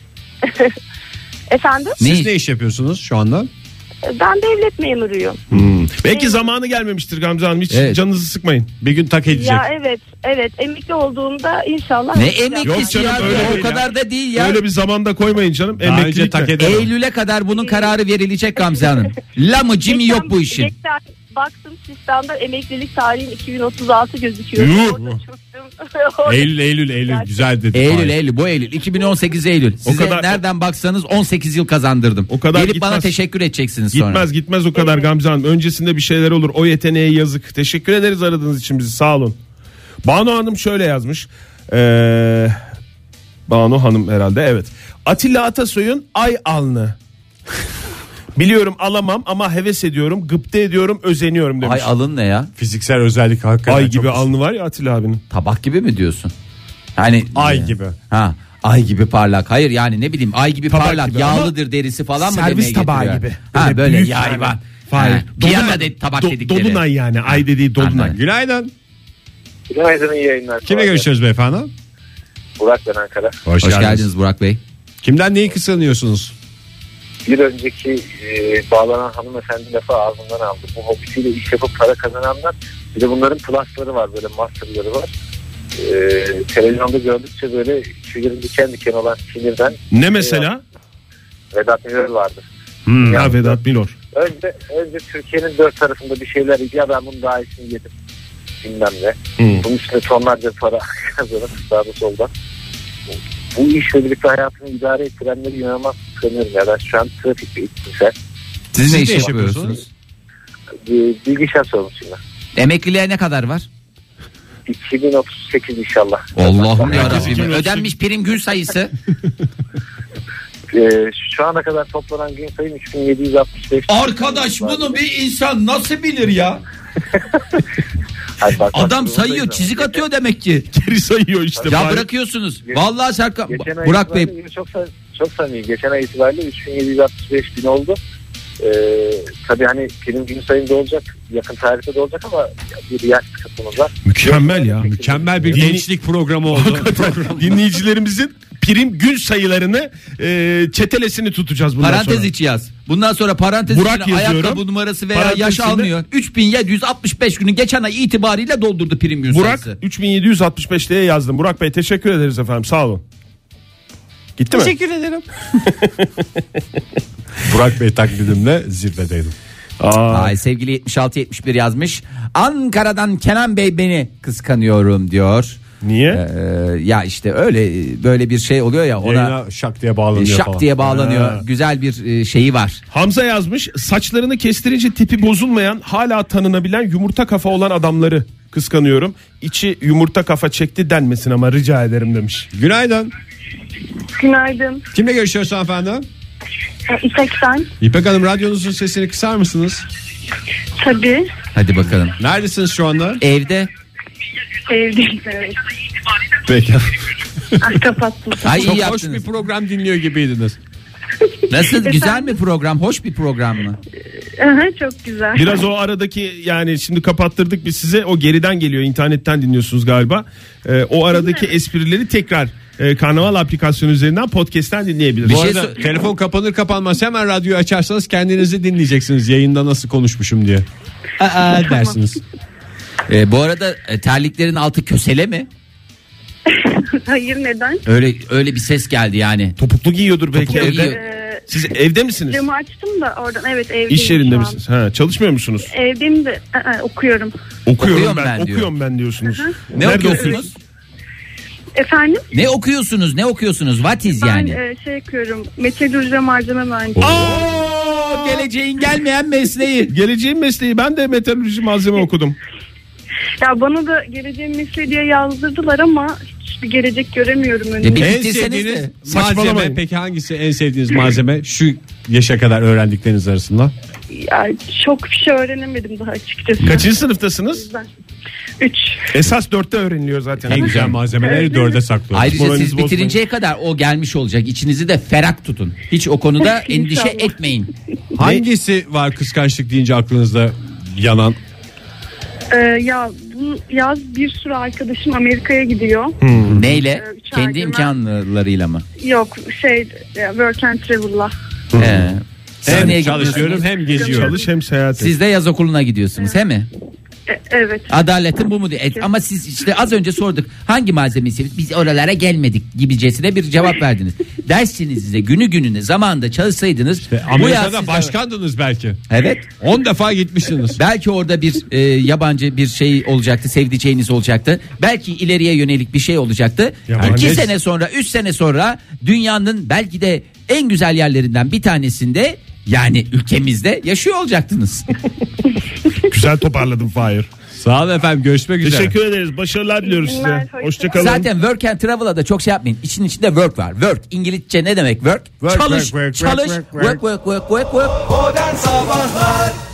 Efendim? Ne Siz iş? ne iş yapıyorsunuz şu anda? Ben devlet memuruyum. Hmm. Belki zamanı gelmemiştir Gamze Hanım. Hiç Evet. canınızı sıkmayın. Bir gün tak edecek. Ya evet, evet. Emekli olduğumda inşallah. Ne yapacağım. emeklisi canım, ya? öyle O değil kadar da değil ya. Öyle bir zamanda koymayın canım. Daha önce Emeklilik tak de. edemem. Eylül'e kadar bunun kararı verilecek Gamze Hanım. La mı cimi Geçen- yok bu işin. geçen baktım sistemden emeklilik tarihim iki bin otuz altı gözüküyor. Yuh. Orada çöktüm. Eylül Eylül Eylül Gerçekten. güzel dedi. Eylül Fahir. Eylül bu Eylül iki bin on sekiz Eylül. Size kadar- nereden baksanız on sekiz yıl kazandırdım. O kadar Gelip gitmez. bana teşekkür edeceksiniz sonra. Gitmez gitmez o kadar Gamze Hanım. Öncesinde bir şeyler olur. O yeteneğe yazık. Teşekkür ederiz aradığınız için bizi. Sağ olun. Banu Hanım şöyle yazmış. Ee, Banu Hanım herhalde, evet. Atilla Atasoy'un Ay alnı. Biliyorum alamam ama heves ediyorum, gıpta ediyorum, özeniyorum demiş. Ay alın ne ya? Fiziksel özellik hakikaten Ay çok gibi üstün. alnı var ya Atilla abinin. Tabak gibi mi diyorsun? Hani Ay gibi. Ha, ay gibi parlak. Hayır yani ne bileyim ay gibi Tabak parlak, gibi yağlıdır derisi falan mı servis demeye tabağı getiriyor? gibi. Ha Böyle böyle büyük yayvan. yani. Hayır. Ha, piyano de, tabak Do- dedikleri. Dolunay yani. Ay dediği dolunay. Anladım. Günaydın. Günaydın, iyi yayınlar. Kimle görüşüyoruz beyefendi? Burak ben Ankara. Hoş, Hoş geldiniz Burak Bey. Kimden neyi kıskanıyorsunuz? Bir önceki e, bağlanan hanımefendi lafı ağzından aldı. Bu hobisiyle iş yapıp para kazananlar, bir de bunların plusları var, böyle masterları var. E, televizyonda gördükçe böyle tüylerim diken diken olan sinirden. Ne mesela? Vedat Milor vardı. Hmm, ha, Vedat Milor. Önce, önce Türkiye'nin dört tarafında bir şeyler, ya ben bunun daha iyisini yedim bilmem ne. Hmm. Bunun üstüne tonlarca para kazanıp sağda solda. Bu işle birlikte hayatını idare ettirenleri inanılmaz kıskanıyorum ya. Ben şu an trafikte iktimsel. Siz ne iş ne iş yapıyorsunuz? Bilgisayar sorumlusuyum ben. Emekliliğe ne kadar var? iki bin otuz sekiz inşallah. Allah'ım Herkes yarabbim. iki bin otuz sekiz. Ödenmiş prim gün sayısı. Ee, şu ana kadar toplanan gün sayım üç bin yedi yüz altmış beş. Arkadaş bunu bir insan nasıl bilir ya? Hani bak- Adam bak- sayıyor, durumdayız çizik ama. atıyor demek ki. Geri sayıyor işte. Ya Fahir. bırakıyorsunuz. Vallahi Serkan Geçen ay Burak Bey itibariyle çok sa- çok samimi. Geçen ay itibariyle üç bin yedi yüz altmış beş bin oldu. Ee, tabii hani prim gün sayımda olacak, yakın tarihte de olacak ama bir yaş kısmımız var. Mükemmel ya. Mükemmel bir Din- gençlik programı oldu. Dinleyicilerimizin prim gün sayılarını e, çetelesini tutacağız bundan parantez sonra. içi yaz. Bundan sonra parantez Burak içine yazıyorum. ayakkabı numarası veya Parantez yaş içinde- almıyor. üç bin yedi yüz altmış beş günü geçen ay itibariyle doldurdu prim gün Burak sayısı. üç bin yedi yüz altmış beş diye yazdım. Burak Bey teşekkür ederiz efendim, sağ olun. Gitti mi? Teşekkür ederim. Burak Bey taklidimle zirvedeydim. Aa, Ay sevgili yetmiş altı yetmiş bir yazmış. Ankara'dan Kenan Bey beni kıskanıyorum diyor. niye? Ee, ya işte öyle böyle bir şey oluyor ya, ona Yayına şak diye bağlanıyor şak falan. diye bağlanıyor. Ha. Güzel bir e, şeyi var. Hamza yazmış, saçlarını kestirince tipi bozulmayan, hala tanınabilen yumurta kafa olan adamları kıskanıyorum. İçi yumurta kafa çekti denmesin ama rica ederim demiş. Günaydın. Günaydın. Kimle görüşüyoruz hanımefendi? Ee, İpek sen. İpek Hanım, radyonuzun sesini kısar mısınız? Tabii. Hadi bakalım. Neredesiniz şu anda? Evde. Evdeyim. Evet. Peki. Ah, kapattım. Ay iyi Çok hoş yaptınız. bir program dinliyor gibiydiniz. Nasıl, güzel mi program? Hoş bir program mı? Aha, çok güzel. Biraz o aradaki, yani şimdi kapattırdık biz size, o geriden geliyor, internetten dinliyorsunuz galiba. Ee, o aradaki esprileri tekrar e, Karnaval aplikasyonu üzerinden podcast'ten dinleyebilirsiniz. Bu şey arada sor- telefon kapanır kapanmaz hemen radyoyu açarsanız kendinizi dinleyeceksiniz. Yayında nasıl konuşmuşum diye. Aa dersiniz. Ee, bu arada e, terliklerin altı kösele mi? Hayır, neden? Öyle öyle bir ses geldi yani. Topuklu giyiyordur belki Topuklu evde. giyiyor. Ee, Siz evde misiniz? camı açtım da oradan. Evet, evdeyim. İş yerinde şu an. misiniz? Ha, çalışmıyor musunuz? Evdeyim de aa, okuyorum. Okuyorum, Okuyorum ben, ben diyor. okuyorum ben diyorsunuz. Ne Nerede okuyorsunuz? okuyorsunuz? Efendim? Ne okuyorsunuz? Ne okuyorsunuz? What is Ben yani? e, şey yapıyorum. Metalurji ve malzeme mühendisi. Oo, geleceğin gelmeyen mesleği. Geleceğin mesleği, ben de metalurji malzeme okudum. Ya bana da geleceğim mesleği diye yazdırdılar ama hiçbir gelecek göremiyorum E, önümde. bir- En Bitirseniz sevdiğiniz de. malzeme Saçmalamayın. peki hangisi en sevdiğiniz malzeme şu yaşa kadar öğrendikleriniz arasında? Ya, çok bir şey öğrenemedim daha açıkçası. Kaçıncı sınıftasınız? Ben. Üç. Esas dörtte öğreniliyor zaten. En güzel malzemeleri dörde saklıyoruz. Ayrıca Moralinizi siz bitirinceye kadar o gelmiş olacak. İçinizi de ferah tutun. Hiç o konuda endişe İnşallah. etmeyin. Hangisi var kıskançlık deyince aklınızda yanan? Ee, ya bu yaz bir sürü arkadaşım Amerika'ya gidiyor. Neyle? Ee, üç Kendi aydır ben- imkanlarıyla mı? Yok şey e, work and travel'la. Ee, siz Hem niye çalışıyorum gidiyorsunuz? hem geziyorum. Çalış hem seyahat et. Siz de yaz okuluna gidiyorsunuz, he mi? E, evet. Adaletin bu mu diye. E, ama siz işte az önce sorduk. Hangi malzemeyi seviyorsunuz? Biz oralara gelmedik gibicesine bir cevap verdiniz. Dersinize günü gününe zamanında çalışsaydınız. bu yaz Amerika'da siz de- başkandınız belki. Evet. on defa gitmişsiniz. Belki orada bir e, yabancı bir şey olacaktı, sevdiceğiniz olacaktı. Belki ileriye yönelik bir şey olacaktı. Yabancı- İki sene sonra, üç sene sonra dünyanın belki de en güzel yerlerinden bir tanesinde, yani ülkemizde yaşıyor olacaktınız. Güzel toparladım Fahir. Sağ olun efendim, görüşmek üzere. Teşekkür ederiz. Başarılar diliyoruz size. günler, hoşça Hoşçakalın. Zaten work and travel'a da çok şey yapmayın. İçin içinde work var. Work. İngilizce ne demek work? Work, çalış, work, work, çalış, work, work, work, work, work, work, work. Modern Sabahlar